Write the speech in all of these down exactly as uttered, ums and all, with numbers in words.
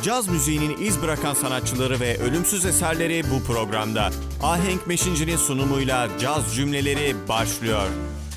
caz müziğinin iz bırakan sanatçıları ve ölümsüz eserleri bu programda. Ahenk Meşinci'nin sunumuyla Caz Cümleleri başlıyor.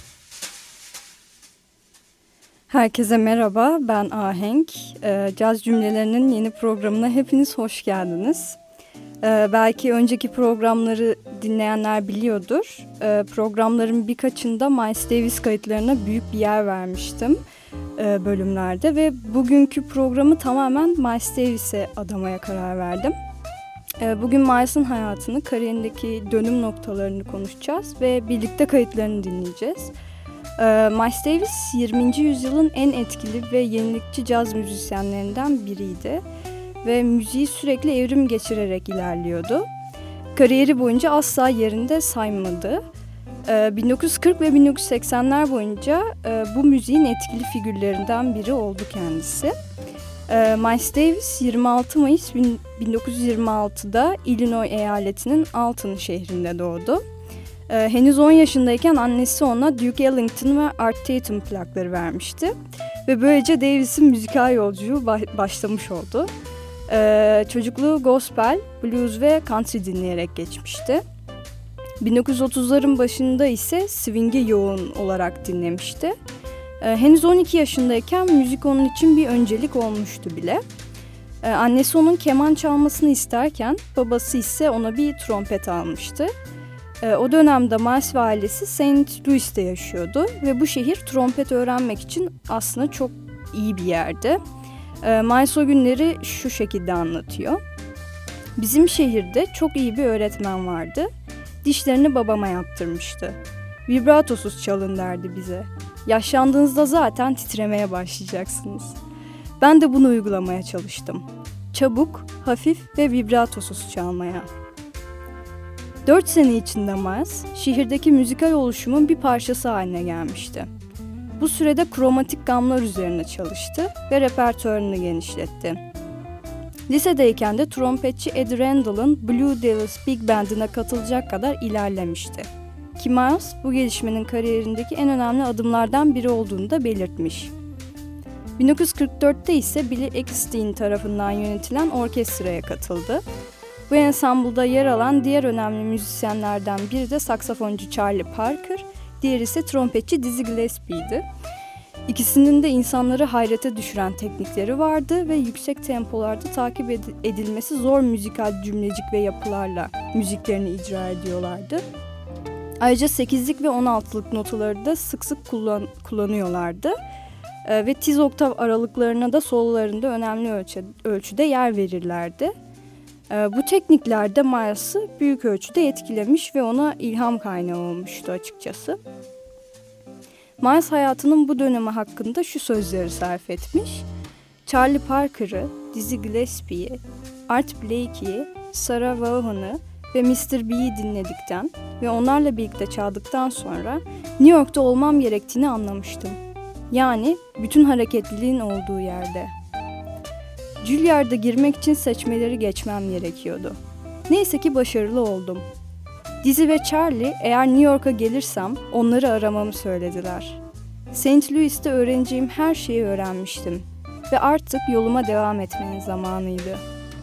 Herkese merhaba, ben Ahenk. Ee, Caz Cümlelerinin yeni programına hepiniz hoş geldiniz. Ee, belki önceki programları dinleyenler biliyordur. Ee, programların birkaçında Miles Davis kayıtlarına büyük bir yer vermiştim e, bölümlerde ve bugünkü programı tamamen Miles Davis'e adamaya karar verdim. Ee, bugün Miles'ın hayatını, kariyerindeki dönüm noktalarını konuşacağız ve birlikte kayıtlarını dinleyeceğiz. Ee, Miles Davis yirminci yüzyılın en etkili ve yenilikçi caz müzisyenlerinden biriydi ve müziği sürekli evrim geçirerek ilerliyordu. Kariyeri boyunca asla yerinde saymadı. Ee, bin dokuz yüz kırk ve bin dokuz yüz seksenler boyunca e, bu müziğin etkili figürlerinden biri oldu kendisi. Ee, Miles Davis yirmi altı Mayıs bin dokuz yüz yirmi altıda Illinois eyaletinin Alton şehrinde doğdu. Ee, henüz on yaşındayken annesi ona Duke Ellington ve Art Tatum plakları vermişti. Ve böylece Davis'in müzikal yolculuğu başlamış oldu. Ee, çocukluğu gospel, blues ve country dinleyerek geçmişti. bin dokuz yüz otuzların başında ise swing'i yoğun olarak dinlemişti. Ee, henüz on iki yaşındayken müzik onun için bir öncelik olmuştu bile. Ee, annesi onun keman çalmasını isterken babası ise ona bir trompet almıştı. O dönemde Miles ve ailesi Saint Louis'te yaşıyordu ve bu şehir trompet öğrenmek için aslında çok iyi bir yerdi. Miles o günleri şu şekilde anlatıyor. Bizim şehirde çok iyi bir öğretmen vardı. Dişlerini babama yaptırmıştı. Vibratosuz çalın derdi bize. Yaşlandığınızda zaten titremeye başlayacaksınız. Ben de bunu uygulamaya çalıştım. Çabuk, hafif ve vibratosuz çalmaya. Dört sene içinde Miles, şehirdeki müzikal oluşumun bir parçası haline gelmişti. Bu sürede kromatik gamlar üzerine çalıştı ve repertuarını genişletti. Lisedeyken de trompetçi Eddie Randall'ın Blue Devils Big Band'ine katılacak kadar ilerlemişti. Ki Miles, bu gelişmenin kariyerindeki en önemli adımlardan biri olduğunu da belirtmiş. bin dokuz yüz kırk dörtte ise Billy Eckstine tarafından yönetilen orkestraya katıldı. Bu ensambulda yer alan diğer önemli müzisyenlerden biri de saksafoncu Charlie Parker, diğeri ise trompetçi Dizzy Gillespie'ydi. İkisinin de insanları hayrete düşüren teknikleri vardı ve yüksek tempolarda takip edilmesi zor müzikal cümlecik ve yapılarla müziklerini icra ediyorlardı. Ayrıca sekizlik ve on altılık notaları da sık sık kullan- kullanıyorlardı. Ee, ve tiz oktav aralıklarına da sololarında önemli ölçü- ölçüde yer verirlerdi. Bu teknikler de Miles'ı büyük ölçüde etkilemiş ve ona ilham kaynağı olmuştu açıkçası. Miles hayatının bu dönemi hakkında şu sözleri sarf etmiş. Charlie Parker'ı, Dizzy Gillespie'yi, Art Blakey'i, Sarah Vaughan'ı ve mister B'yi dinledikten ve onlarla birlikte çaldıktan sonra New York'ta olmam gerektiğini anlamıştım. Yani bütün hareketliliğin olduğu yerde. Juilliard'a girmek için seçmeleri geçmem gerekiyordu. Neyse ki başarılı oldum. Dizzy ve Charlie eğer New York'a gelirsem onları aramamı söylediler. Saint Louis'te öğreneceğim her şeyi öğrenmiştim ve artık yoluma devam etmenin zamanıydı.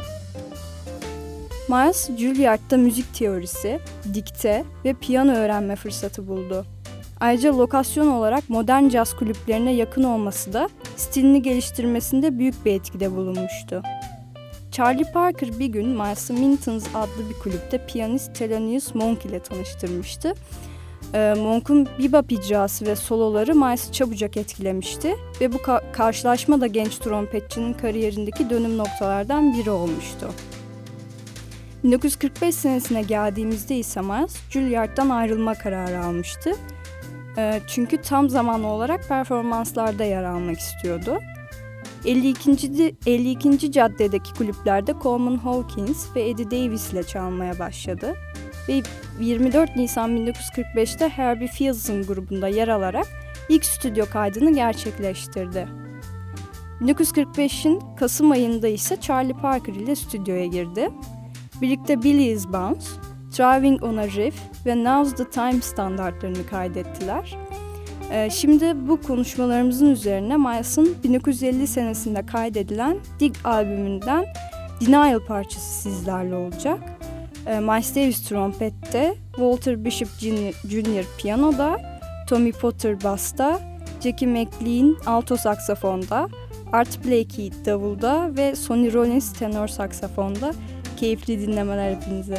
Miles, Juilliard'da müzik teorisi, dikte ve piyano öğrenme fırsatı buldu. Ayrıca lokasyon olarak modern caz kulüplerine yakın olması da stilini geliştirmesinde büyük bir etkide bulunmuştu. Charlie Parker bir gün Miles'ı Minton's adlı bir kulüpte piyanist Thelonious Monk ile tanıştırmıştı. Ee, Monk'un bebop icrası ve soloları Miles'ı çabucak etkilemişti ve bu ka- karşılaşma da genç trompetçinin kariyerindeki dönüm noktalardan biri olmuştu. bin dokuz yüz kırk beş senesine geldiğimizde ise Miles, Juilliard'dan ayrılma kararı almıştı. Çünkü tam zamanlı olarak performanslarda yer almak istiyordu. elli ikinci. elli ikinci caddedeki kulüplerde Coleman Hawkins ve Eddie Davis ile çalmaya başladı. Ve yirmi dört Nisan bin dokuz yüz kırk beşte Herbie Fields'ın grubunda yer alarak ilk stüdyo kaydını gerçekleştirdi. bin dokuz yüz kırk beşin Kasım ayında ise Charlie Parker ile stüdyoya girdi. Birlikte Billy Is Bounce, Driving on a Riff ve Now's the Time standartlarını kaydettiler. Ee, şimdi bu konuşmalarımızın üzerine Miles'ın bin dokuz yüz elli senesinde kaydedilen Dig albümünden Denial parçası sizlerle olacak. Ee, Miles Davis trompette, Walter Bishop Junior piyanoda, Tommy Potter basta, Jackie McLean alto saksafonda, Art Blakey davulda ve Sonny Rollins tenor saksafonda. Keyifli dinlemeler hepinize.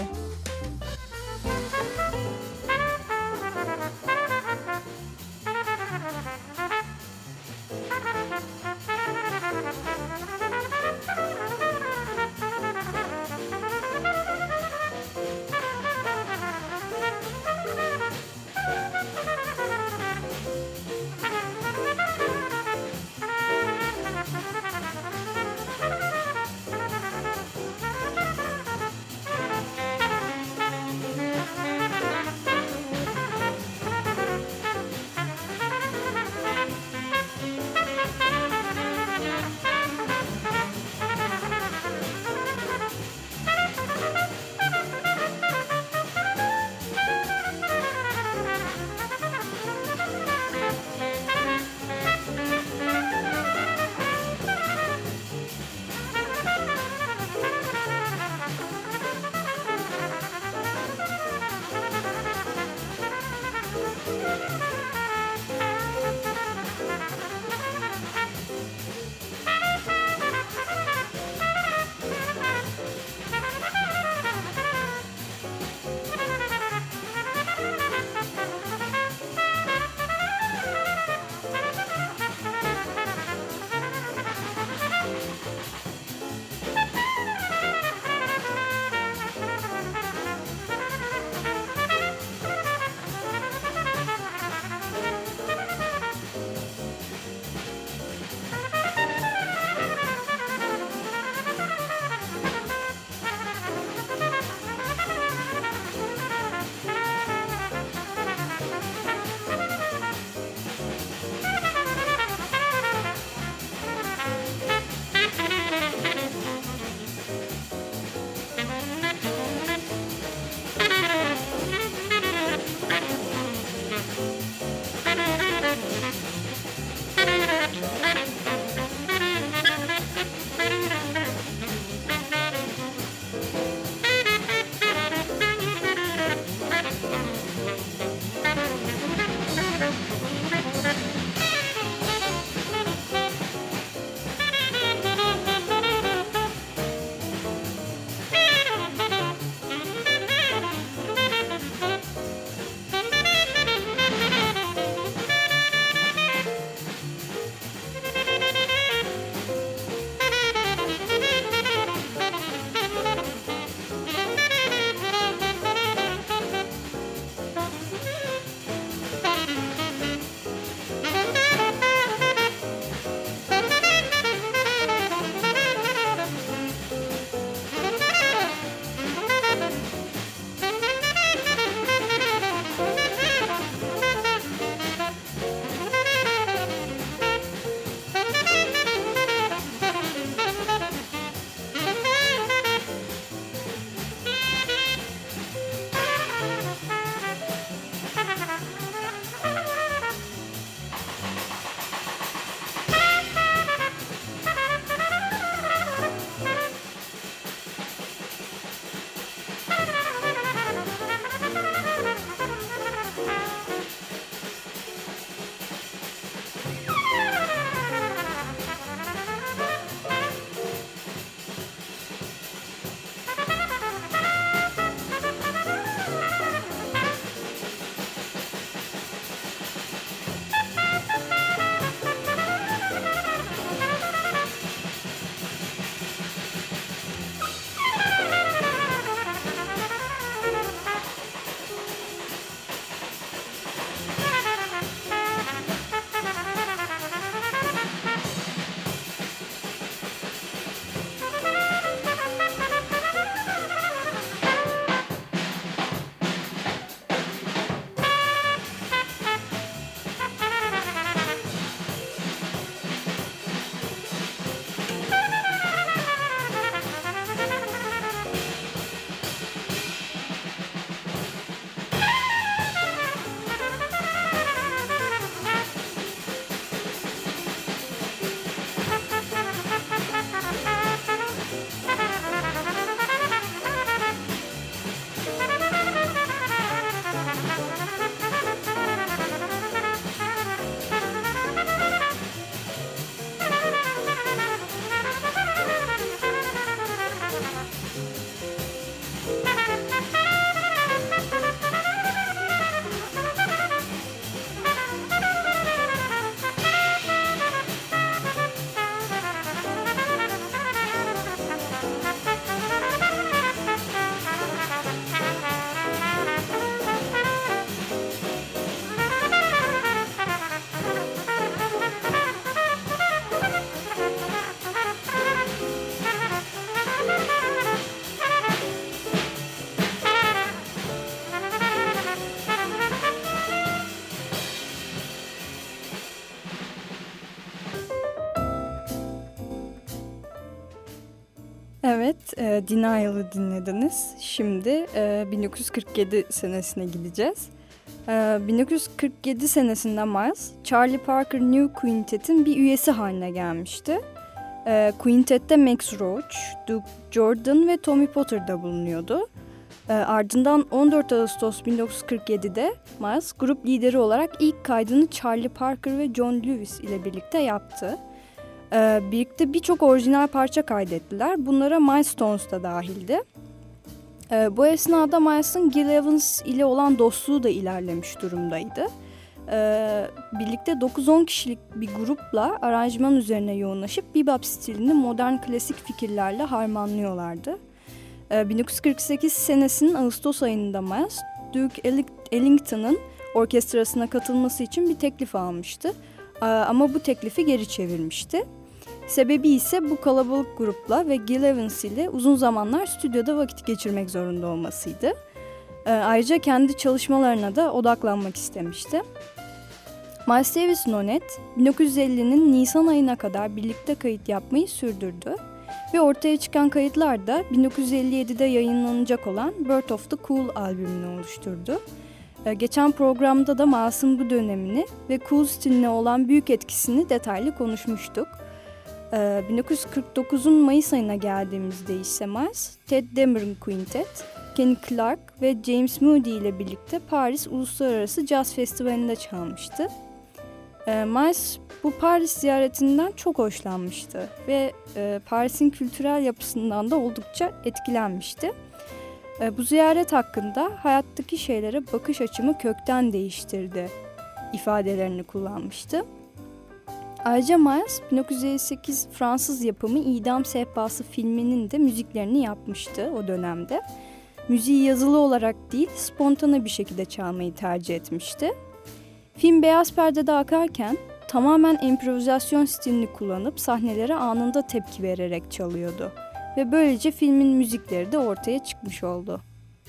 Evet, e, Denial'ı dinlediniz. Şimdi e, bin dokuz yüz kırk yedi senesine gideceğiz. E, bin dokuz yüz kırk yedi senesinde Miles, Charlie Parker New Quintet'in bir üyesi haline gelmişti. E, Quintet'te Max Roach, Duke Jordan ve Tommy Potter da bulunuyordu. E, ardından on dört Ağustos bin dokuz yüz kırk yedide Miles, grup lideri olarak ilk kaydını Charlie Parker ve John Lewis ile birlikte yaptı. Ee, birlikte birçok orijinal parça kaydettiler. Bunlara Milestones da dahildi. Ee, bu esnada Miles'ın Gil Evans ile olan dostluğu da ilerlemiş durumdaydı. Ee, birlikte dokuz on kişilik bir grupla aranjman üzerine yoğunlaşıp bebop stilini modern klasik fikirlerle harmanlıyorlardı. Ee, bin dokuz yüz kırk sekiz senesinin Ağustos ayında Miles, Duke Ellington'ın orkestrasına katılması için bir teklif almıştı. Ama bu teklifi geri çevirmişti. Sebebi ise bu kalabalık grupla ve Gil Evans ile uzun zamanlar stüdyoda vakit geçirmek zorunda olmasıydı. Ayrıca kendi çalışmalarına da odaklanmak istemişti. Miles Davis Nonet, bin dokuz yüz ellinin Nisan ayına kadar birlikte kayıt yapmayı sürdürdü. Ve ortaya çıkan kayıtlar da bin dokuz yüz elli yedide yayınlanacak olan Birth of the Cool albümünü oluşturdu. Geçen programda da Miles'ın bu dönemini ve cool stiline olan büyük etkisini detaylı konuşmuştuk. bin dokuz yüz kırk dokuzun Mayıs ayına geldiğimizde ise Miles, Ted Dameron Quintet, Kenny Clark ve James Moody ile birlikte Paris Uluslararası Caz Festivali'nde çalmıştı. Miles bu Paris ziyaretinden çok hoşlanmıştı ve Paris'in kültürel yapısından da oldukça etkilenmişti. Bu ziyaret hakkında hayattaki şeylere bakış açımı kökten değiştirdi ifadelerini kullanmıştı. Ayrıca Miles bin dokuz yüz elli sekiz Fransız yapımı İdam Sehpası filminin de müziklerini yapmıştı o dönemde. Müziği yazılı olarak değil, spontane bir şekilde çalmayı tercih etmişti. Film beyaz perdede akarken tamamen improvizasyon stilini kullanıp sahnelere anında tepki vererek çalıyordu. Ve böylece filmin müzikleri de ortaya çıkmış oldu.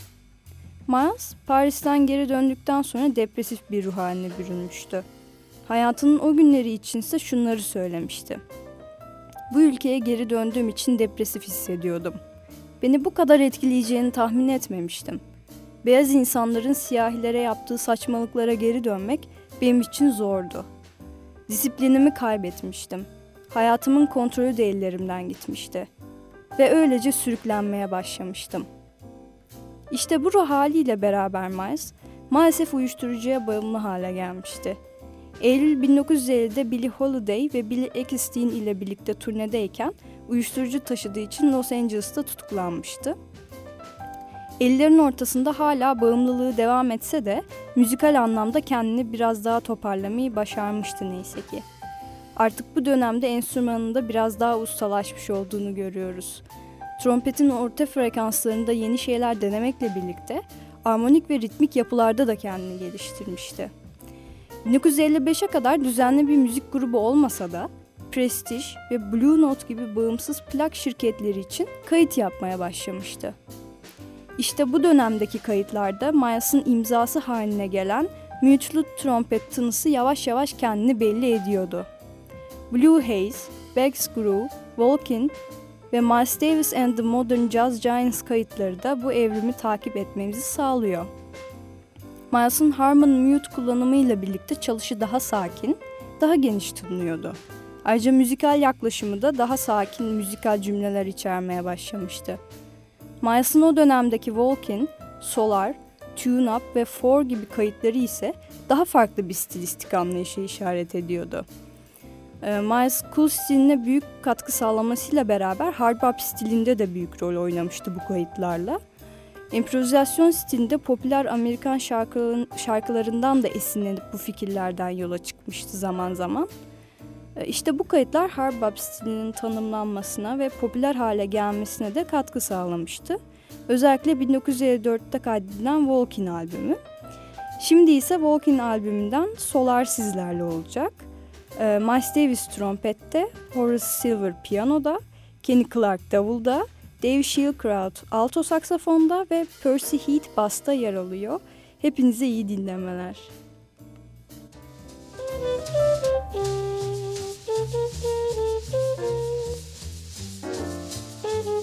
Miles, Paris'ten geri döndükten sonra depresif bir ruh haline bürünmüştü. Hayatının o günleri içinse şunları söylemişti. Bu ülkeye geri döndüğüm için depresif hissediyordum. Beni bu kadar etkileyeceğini tahmin etmemiştim. Beyaz insanların siyahilere yaptığı saçmalıklara geri dönmek benim için zordu. Disiplinimi kaybetmiştim. Hayatımın kontrolü de ellerimden gitmişti. Ve öylece sürüklenmeye başlamıştım. İşte bu ruh haliyle beraber Miles, maalesef uyuşturucuya bağımlı hale gelmişti. Eylül bin dokuz yüz ellide Billie Holiday ve Billy Eckstine ile birlikte turnedeyken uyuşturucu taşıdığı için Los Angeles'ta tutuklanmıştı. ellilerin ortasında hala bağımlılığı devam etse de müzikal anlamda kendini biraz daha toparlamayı başarmıştı neyse ki. Artık bu dönemde enstrümanında biraz daha ustalaşmış olduğunu görüyoruz. Trompetin orta frekanslarında yeni şeyler denemekle birlikte armonik ve ritmik yapılarda da kendini geliştirmişti. bin dokuz yüz elli beşe kadar düzenli bir müzik grubu olmasa da Prestige ve Blue Note gibi bağımsız plak şirketleri için kayıt yapmaya başlamıştı. İşte bu dönemdeki kayıtlarda Miles'ın imzası haline gelen müçlü trompet tınısı yavaş yavaş kendini belli ediyordu. Blue Haze, Beggs Groove, Walkin ve Miles Davis and the Modern Jazz Giants kayıtları da bu evrimi takip etmemizi sağlıyor. Miles'ın Harmon Mute kullanımıyla birlikte çalışı daha sakin, daha geniş tınlıyordu. Ayrıca müzikal yaklaşımı da daha sakin müzikal cümleler içermeye başlamıştı. Miles'ın o dönemdeki Walkin, Solar, Tune Up ve Four gibi kayıtları ise daha farklı bir stilistik anlayışa işaret ediyordu. Miles cool stiline büyük katkı sağlamasıyla beraber hard bop stilinde de büyük rol oynamıştı bu kayıtlarla. İmprovizasyon stilinde popüler Amerikan şarkıların, şarkılarından da esinlenip bu fikirlerden yola çıkmıştı zaman zaman. İşte bu kayıtlar hard bop stilinin tanımlanmasına ve popüler hale gelmesine de katkı sağlamıştı. Özellikle bin dokuz yüz elli dörtte kaydedilen Walkin albümü. Şimdi ise Walkin albümünden Solar sizlerle olacak. Miles Davis trompette, Horace Silver piyanoda, Kenny Clark davulda, Dave Schildkraut alto saksafonda ve Percy Heath basta yer alıyor. Hepinize iyi dinlemeler. Thank you.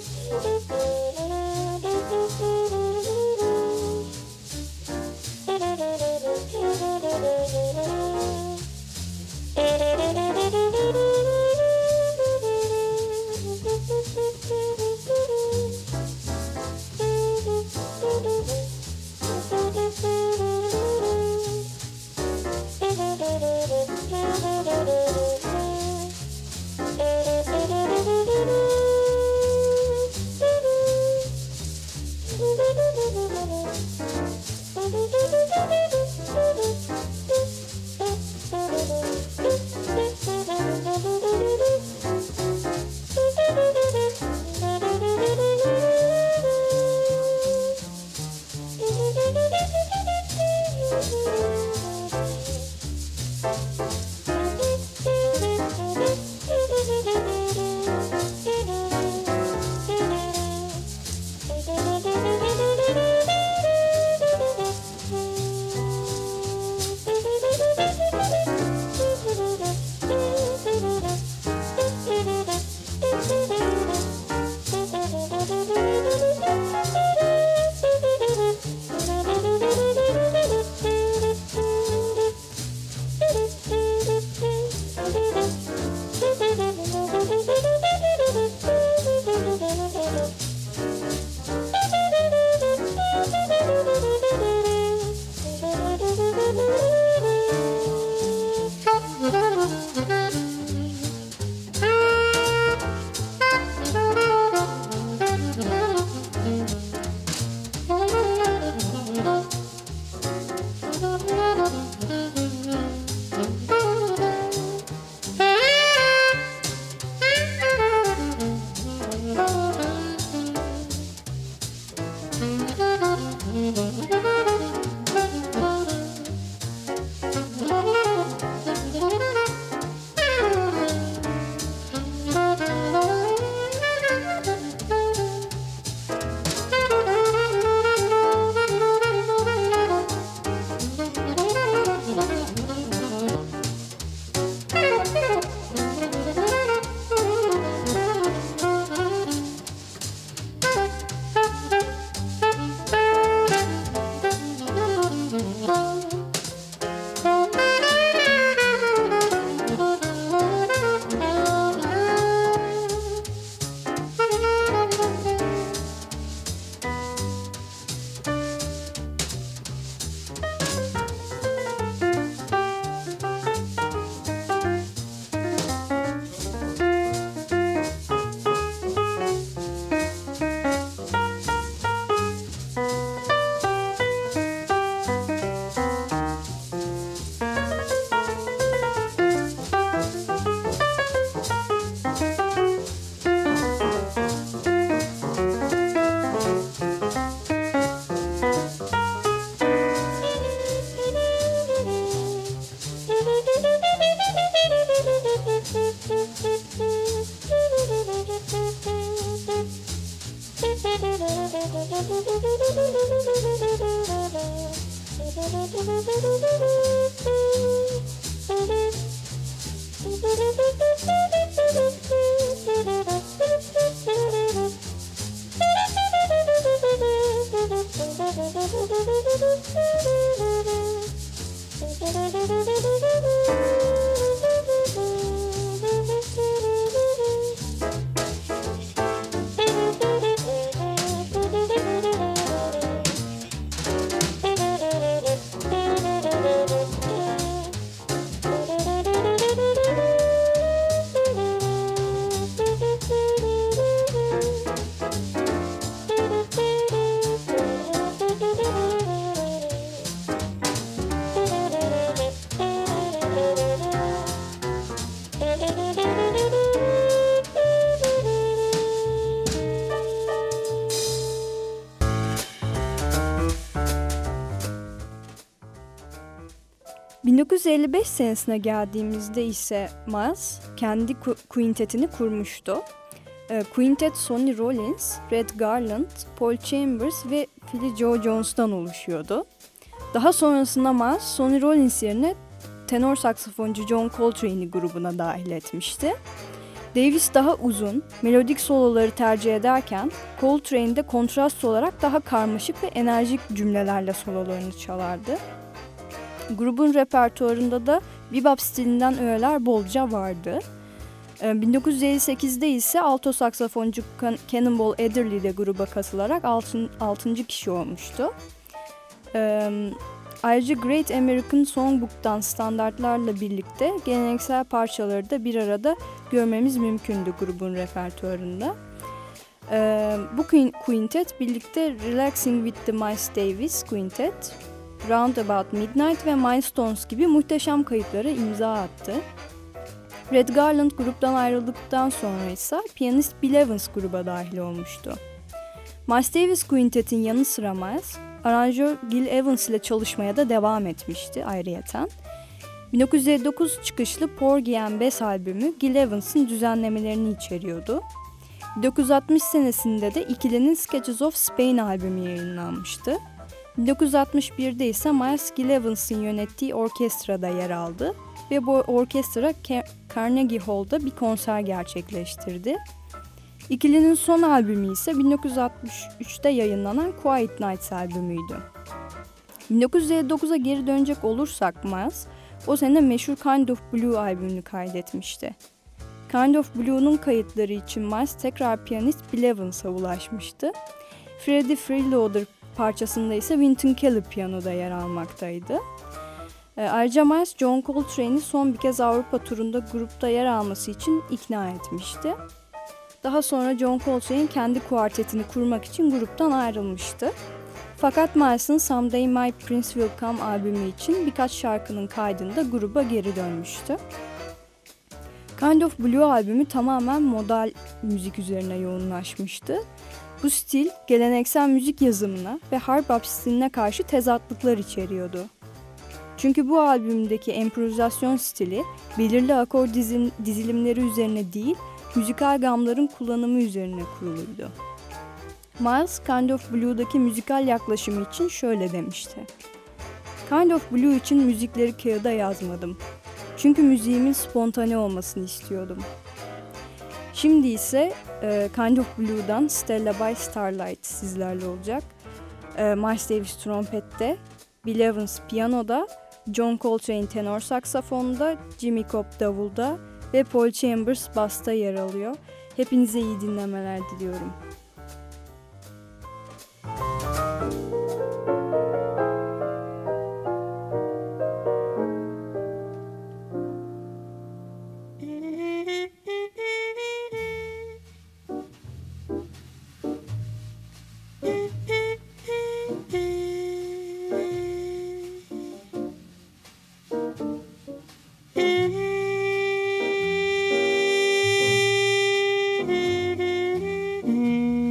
bin dokuz yüz elli beş senesine geldiğimizde ise Miles kendi ku- quintetini kurmuştu. E, quintet Sonny Rollins, Red Garland, Paul Chambers ve Philly Joe Jones'tan oluşuyordu. Daha sonrasında Miles, Sonny Rollins yerine tenor saksafoncu John Coltrane'i grubuna dahil etmişti. Davis daha uzun, melodik soloları tercih ederken Coltrane'de kontrast olarak daha karmaşık ve enerjik cümlelerle sololarını çalardı. Grubun repertuarında da bebop stilinden öğeler bolca vardı. bin dokuz yüz elli sekizde ise alto saksafoncu Cannonball Adderley de gruba katılarak altıncı kişi olmuştu. Ayrıca Great American Songbook'tan standartlarla birlikte geleneksel parçaları da bir arada görmemiz mümkündü grubun repertuarında. Ee, bu quintet birlikte Relaxing with the Miles Davis Quintet, Roundabout Midnight ve Milestones gibi muhteşem kayıtlara imza attı. Red Garland gruptan ayrıldıktan sonra ise piyanist Bill Evans gruba dahil olmuştu. Miles Davis Quintet'in yanı sıra Miles, aranjör Gil Evans ile çalışmaya da devam etmişti ayrıyeten. bin dokuz yüz elli dokuz çıkışlı Porgy and Bess albümü Gil Evans'ın düzenlemelerini içeriyordu. bin dokuz yüz altmış senesinde de ikilinin Sketches of Spain albümü yayınlanmıştı. bin dokuz yüz altmış birde ise Miles Gil Evans'ın yönettiği orkestrada yer aldı ve bu orkestra Carnegie Hall'da bir konser gerçekleştirdi. İkilinin son albümü ise bin dokuz yüz altmış üçte yayınlanan Quiet Nights albümüydü. bin dokuz yüz elli dokuza geri dönecek olursak Miles, o sene meşhur Kind of Blue albümünü kaydetmişti. Kind of Blue'nun kayıtları için Miles tekrar piyanist Bill Evans'a ulaşmıştı. Freddie Freeloader parçasında ise Wynton Kelly piyanoda yer almaktaydı. Ayrıca Miles, John Coltrane'i son bir kez Avrupa turunda grupta yer alması için ikna etmişti. Daha sonra John Coltrane kendi kuartetini kurmak için gruptan ayrılmıştı. Fakat Miles'ın Someday My Prince Will Come albümü için birkaç şarkının kaydında gruba geri dönmüştü. Kind of Blue albümü tamamen modal müzik üzerine yoğunlaşmıştı. Bu stil geleneksel müzik yazımına ve hard bop stiline karşı tezatlıklar içeriyordu. Çünkü bu albümdeki improvizasyon stili belirli akor dizim, dizilimleri üzerine değil, müzikal gamların kullanımı üzerine kuruluydu. Miles, Kind of Blue'daki müzikal yaklaşımı için şöyle demişti. Kind of Blue için müzikleri kağıda yazmadım. Çünkü müziğimin spontane olmasını istiyordum. Şimdi ise e, Kind of Blue'dan Stella by Starlight sizlerle olacak. E, Miles Davis trompette, Bill Evans piyanoda, John Coltrane tenor saksafonda, Jimmy Cobb davulda ve Paul Chambers basta yer alıyor. Hepinize iyi dinlemeler diliyorum. Mm-hmm.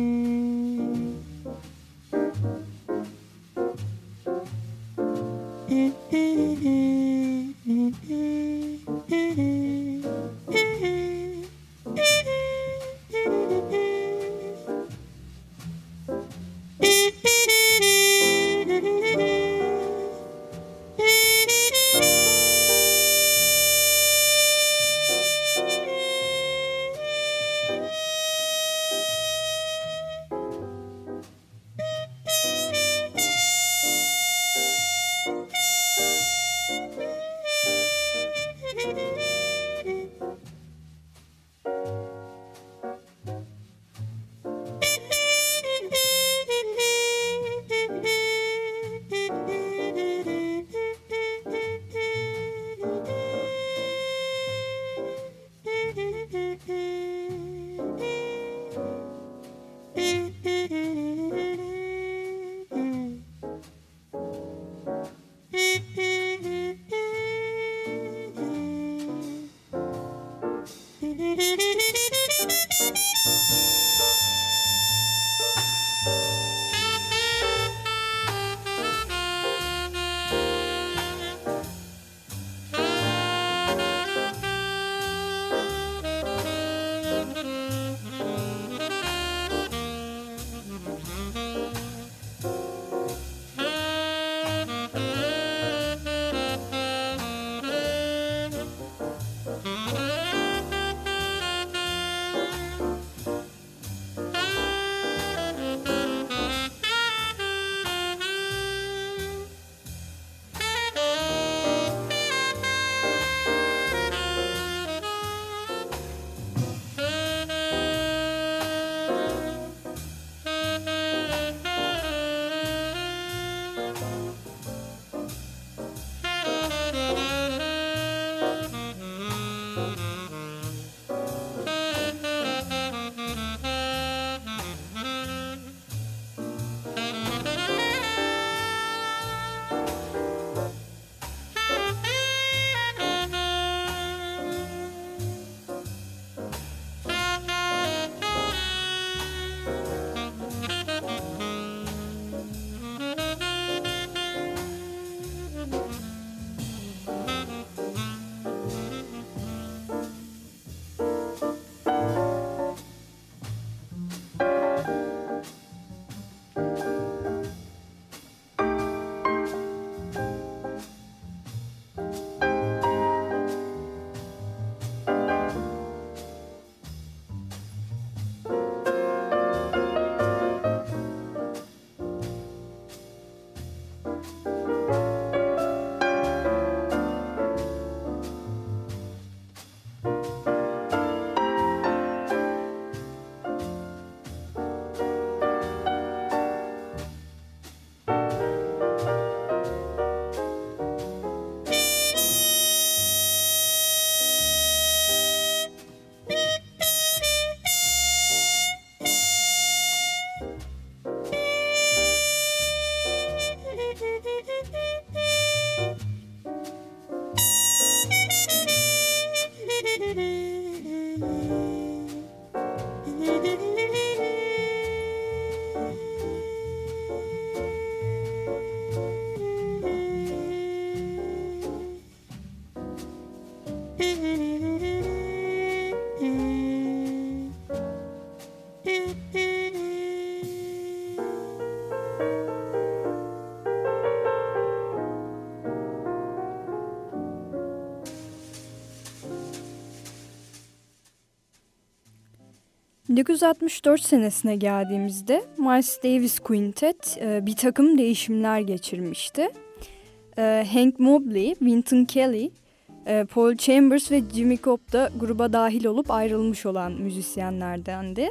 bin dokuz yüz altmış dört senesine geldiğimizde Miles Davis Quintet bir takım değişimler geçirmişti. Hank Mobley, Wynton Kelly, Paul Chambers ve Jimmy Cobb da gruba dahil olup ayrılmış olan müzisyenlerdendi.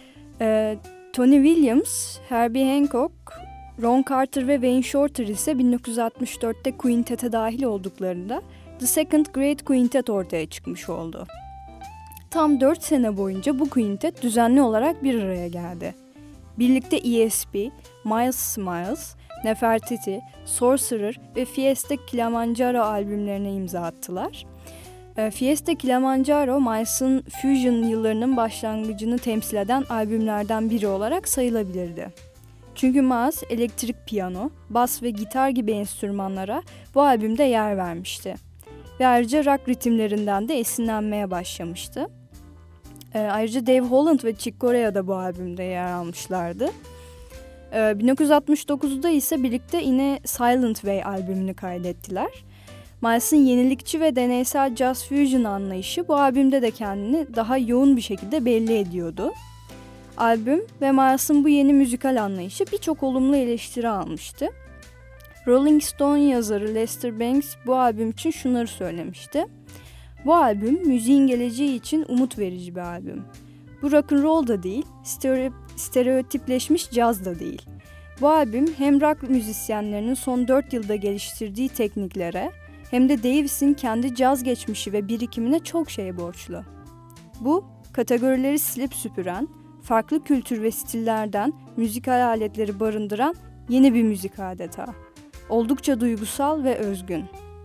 Tony Williams, Herbie Hancock, Ron Carter ve Wayne Shorter ise bin dokuz yüz altmış dörtte Quintet'e dahil olduklarında The Second Great Quintet ortaya çıkmış oldu. Tam dört sene boyunca bu quintet düzenli olarak bir araya geldi. Birlikte E S P, Miles Smiles, Nefertiti, Sorcerer ve Fiesta Kilimanjaro albümlerine imza attılar. Fiesta Kilimanjaro, Miles'ın Fusion yıllarının başlangıcını temsil eden albümlerden biri olarak sayılabilirdi. Çünkü Miles elektrik piyano, bas ve gitar gibi enstrümanlara bu albümde yer vermişti. Ve ayrıca rock ritimlerinden de esinlenmeye başlamıştı. Ee, ayrıca Dave Holland ve Chick Corea da bu albümde yer almışlardı. Ee, bin dokuz yüz altmış dokuzda ise birlikte yine Silent Way albümünü kaydettiler. Miles'ın yenilikçi ve deneysel jazz fusion anlayışı bu albümde de kendini daha yoğun bir şekilde belli ediyordu. Albüm ve Miles'ın bu yeni müzikal anlayışı birçok olumlu eleştiri almıştı. Rolling Stone yazarı Lester Bangs bu albüm için şunları söylemişti. Bu albüm müziğin geleceği için umut verici bir albüm. Bu rock'n'roll da değil, stereotipleşmiş caz da değil. Bu albüm hem rock müzisyenlerinin son dört yılda geliştirdiği tekniklere hem de Davis'in kendi caz geçmişi ve birikimine çok şey borçlu. Bu, kategorileri silip süpüren, farklı kültür ve stillerden müzikal aletleri barındıran yeni bir müzik adeta. Oldukça duygusal ve özgün.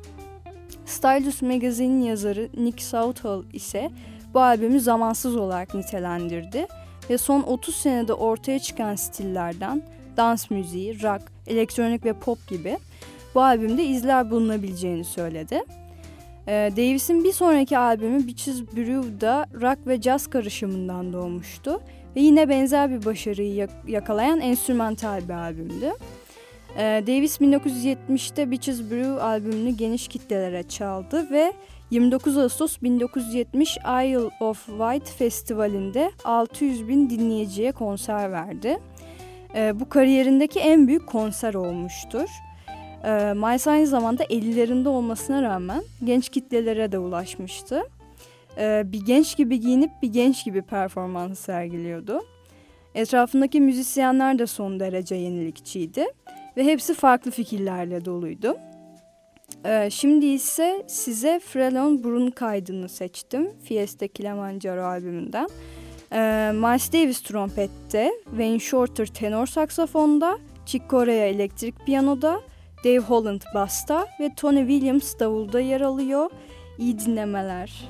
Stylus Magazine'in yazarı Nick Southall ise bu albümü zamansız olarak nitelendirdi ve son otuz senede ortaya çıkan stillerden dans müziği, rock, elektronik ve pop gibi bu albümde izler bulunabileceğini söyledi. Ee, Davis'in bir sonraki albümü Bitches Brew'da rock ve jazz karışımından doğmuştu ve yine benzer bir başarıyı yakalayan enstrümantal bir albümdü. Davis bin dokuz yüz yetmişte Bitches Brew albümünü geniş kitlelere çaldı ve yirmi dokuz Ağustos bin dokuz yüz yetmiş Isle of Wight Festivali'nde altı yüz bin dinleyiciye konser verdi. Bu kariyerindeki en büyük konser olmuştur. Miles aynı zamanda ellilerinde olmasına rağmen genç kitlelere de ulaşmıştı. Bir genç gibi giyinip bir genç gibi performans sergiliyordu. Etrafındaki müzisyenler de son derece yenilikçiydi. Ve hepsi farklı fikirlerle doluydu. Ee, şimdi ise size Frelon Burun kaydını seçtim. Fiesta Kilimanjaro albümünden. Ee, Miles Davis trompette, Wayne Shorter tenor saksafonda, Chick Corea elektrik piyanoda, Dave Holland basta ve Tony Williams davulda yer alıyor. İyi dinlemeler.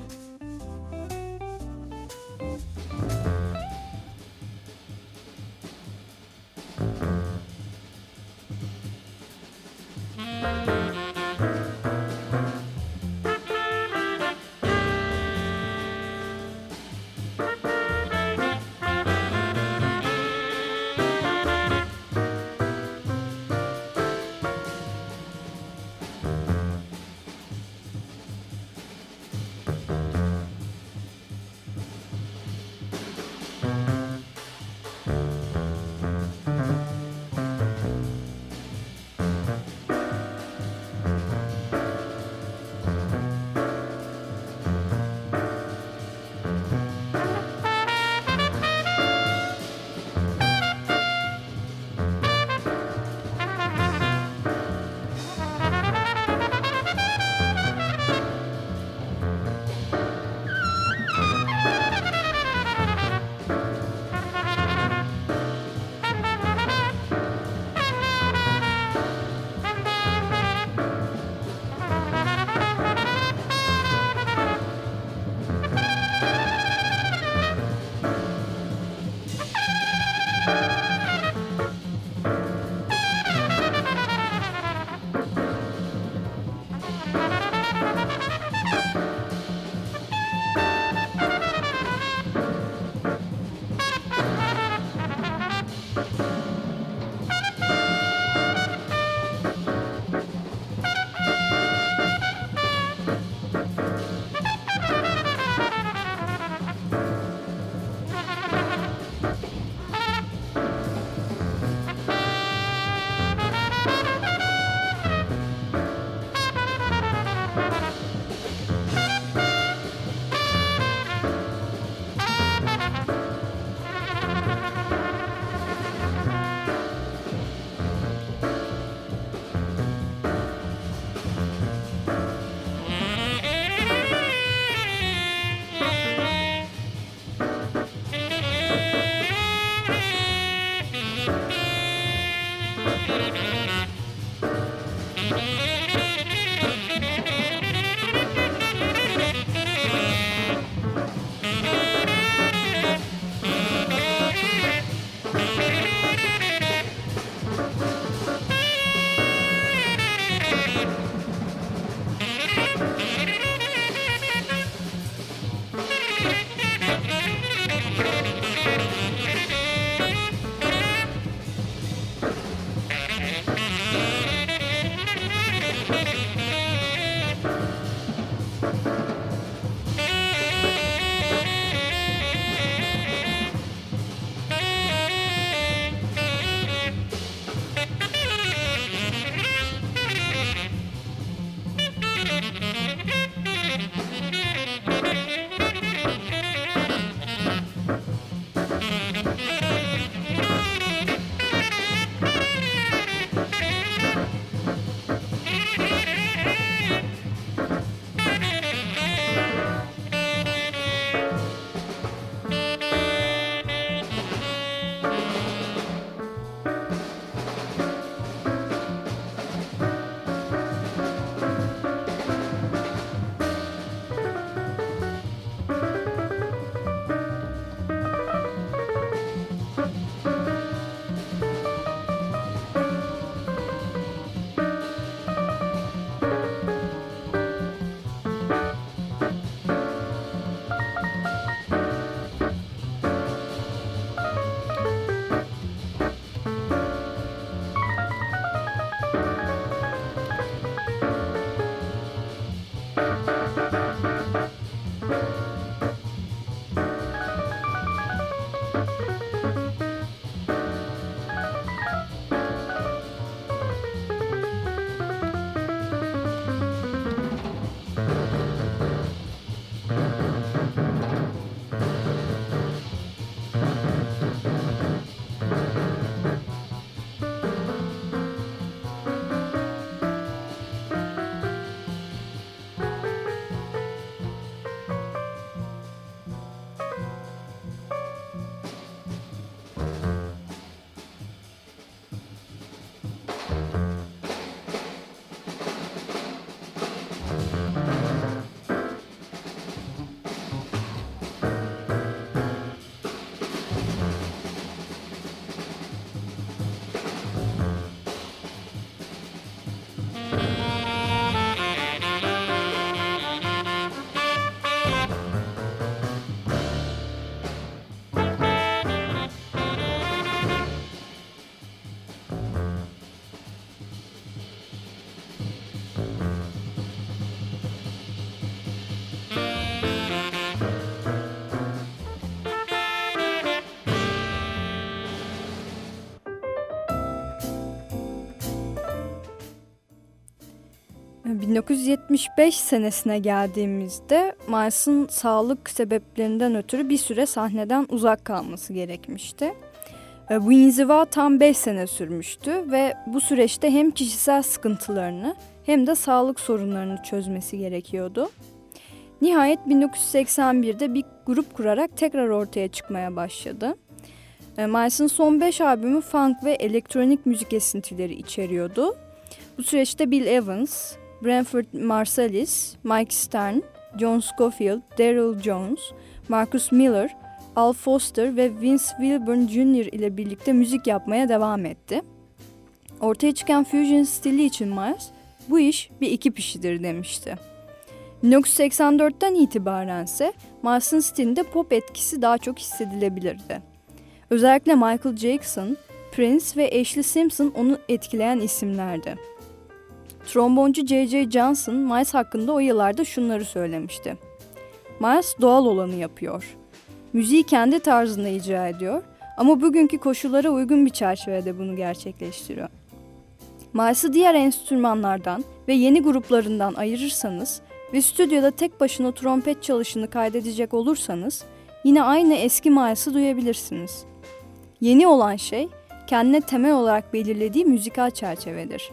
bin dokuz yüz yetmiş beş senesine geldiğimizde Miles'ın sağlık sebeplerinden ötürü bir süre sahneden uzak kalması gerekmişti. Bu inziva tam beş sene sürmüştü ve bu süreçte hem kişisel sıkıntılarını hem de sağlık sorunlarını çözmesi gerekiyordu. Nihayet bin dokuz yüz seksen birde bir grup kurarak tekrar ortaya çıkmaya başladı. Miles'ın son beş albümü funk ve elektronik müzik esintileri içeriyordu. Bu süreçte Bill Evans, Branford Marsalis, Mike Stern, John Scofield, Daryl Jones, Marcus Miller, Al Foster ve Vince Wilburn Junior ile birlikte müzik yapmaya devam etti. Ortaya çıkan fusion stili için Miles, bu iş bir ekip işidir demişti. bin dokuz yüz seksen dörtten itibarense Miles'ın stilinde pop etkisi daha çok hissedilebilirdi. Özellikle Michael Jackson, Prince ve Ashley Simpson onu etkileyen isimlerdi. Tromboncu J J Johnson, Miles hakkında o yıllarda şunları söylemişti. Miles doğal olanı yapıyor. Müziği kendi tarzında icra ediyor ama bugünkü koşullara uygun bir çerçevede bunu gerçekleştiriyor. Miles'ı diğer enstrümanlardan ve yeni gruplarından ayırırsanız ve stüdyoda tek başına trompet çalışını kaydedecek olursanız yine aynı eski Miles'ı duyabilirsiniz. Yeni olan şey kendine temel olarak belirlediği müzikal çerçevedir.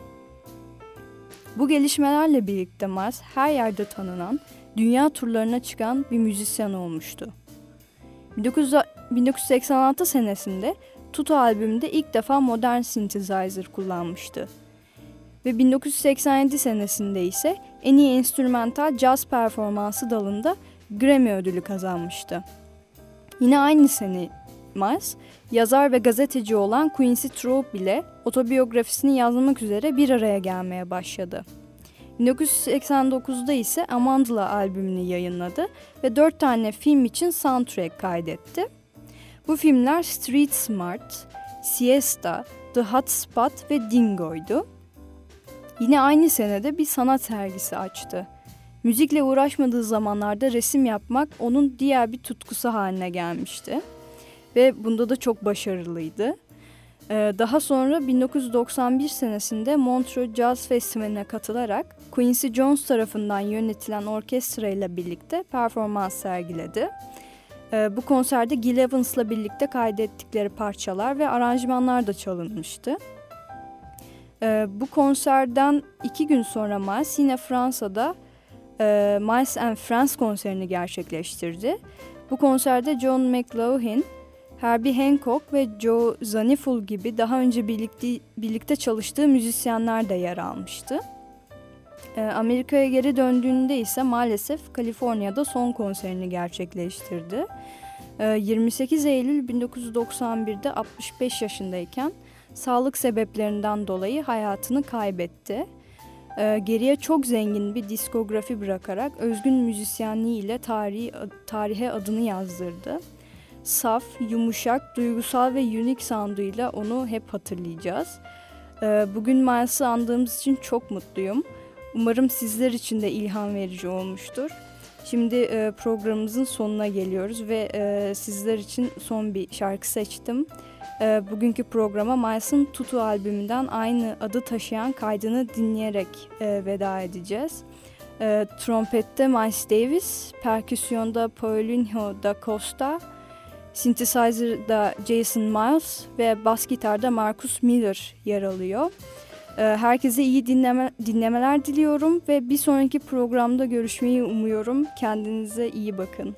Bu gelişmelerle birlikte Miles her yerde tanınan, dünya turlarına çıkan bir müzisyen olmuştu. bin dokuz yüz seksen altı senesinde Tutu albümünde ilk defa modern synthesizer kullanmıştı. Ve bin dokuz yüz seksen yedi senesinde ise en iyi enstrümantal caz performansı dalında Grammy ödülü kazanmıştı. Yine aynı sene Miles, yazar ve gazeteci olan Quincy Troupe ile otobiyografisini yazmak üzere bir araya gelmeye başladı. bin dokuz yüz seksen dokuzda ise Amandla albümünü yayınladı ve dört tane film için soundtrack kaydetti. Bu filmler Street Smart, Siesta, The Hot Spot ve Dingo'ydu. Yine aynı senede bir sanat sergisi açtı. Müzikle uğraşmadığı zamanlarda resim yapmak onun diğer bir tutkusu haline gelmişti. Ve bunda da çok başarılıydı. Daha sonra bin dokuz yüz doksan bir senesinde Montreux Jazz Festivali'ne katılarak Quincy Jones tarafından yönetilen orkestra ile birlikte performans sergiledi. Bu konserde Gil Evans'la birlikte kaydettikleri parçalar ve aranjmanlar da çalınmıştı. Bu konserden iki gün sonra Miles yine Fransa'da Miles and Friends konserini gerçekleştirdi. Bu konserde John McLaughlin, Herbie Hancock ve Joe Zaniful gibi daha önce birlikte, birlikte çalıştığı müzisyenler de yer almıştı. Amerika'ya geri döndüğünde ise maalesef Kaliforniya'da son konserini gerçekleştirdi. yirmi sekiz Eylül bin dokuz yüz doksan birde altmış beş yaşındayken sağlık sebeplerinden dolayı hayatını kaybetti. Geriye çok zengin bir diskografi bırakarak özgün müzisyenliğiyle tarihi, tarihe adını yazdırdı. Saf, yumuşak, duygusal ve unik sound'uyla onu hep hatırlayacağız. Bugün Miles'ı andığımız için çok mutluyum. Umarım sizler için de ilham verici olmuştur. Şimdi programımızın sonuna geliyoruz ve sizler için son bir şarkı seçtim. Bugünkü programa Miles'ın Tutu albümünden aynı adı taşıyan kaydını dinleyerek veda edeceğiz. Trompette Miles Davis, perküsyonda Paulinho da Costa, synthesizer'da Jason Miles ve bas gitarda Marcus Miller yer alıyor. Herkese iyi dinleme, dinlemeler diliyorum ve bir sonraki programda görüşmeyi umuyorum. Kendinize iyi bakın.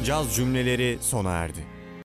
Caz Cümleleri sona erdi.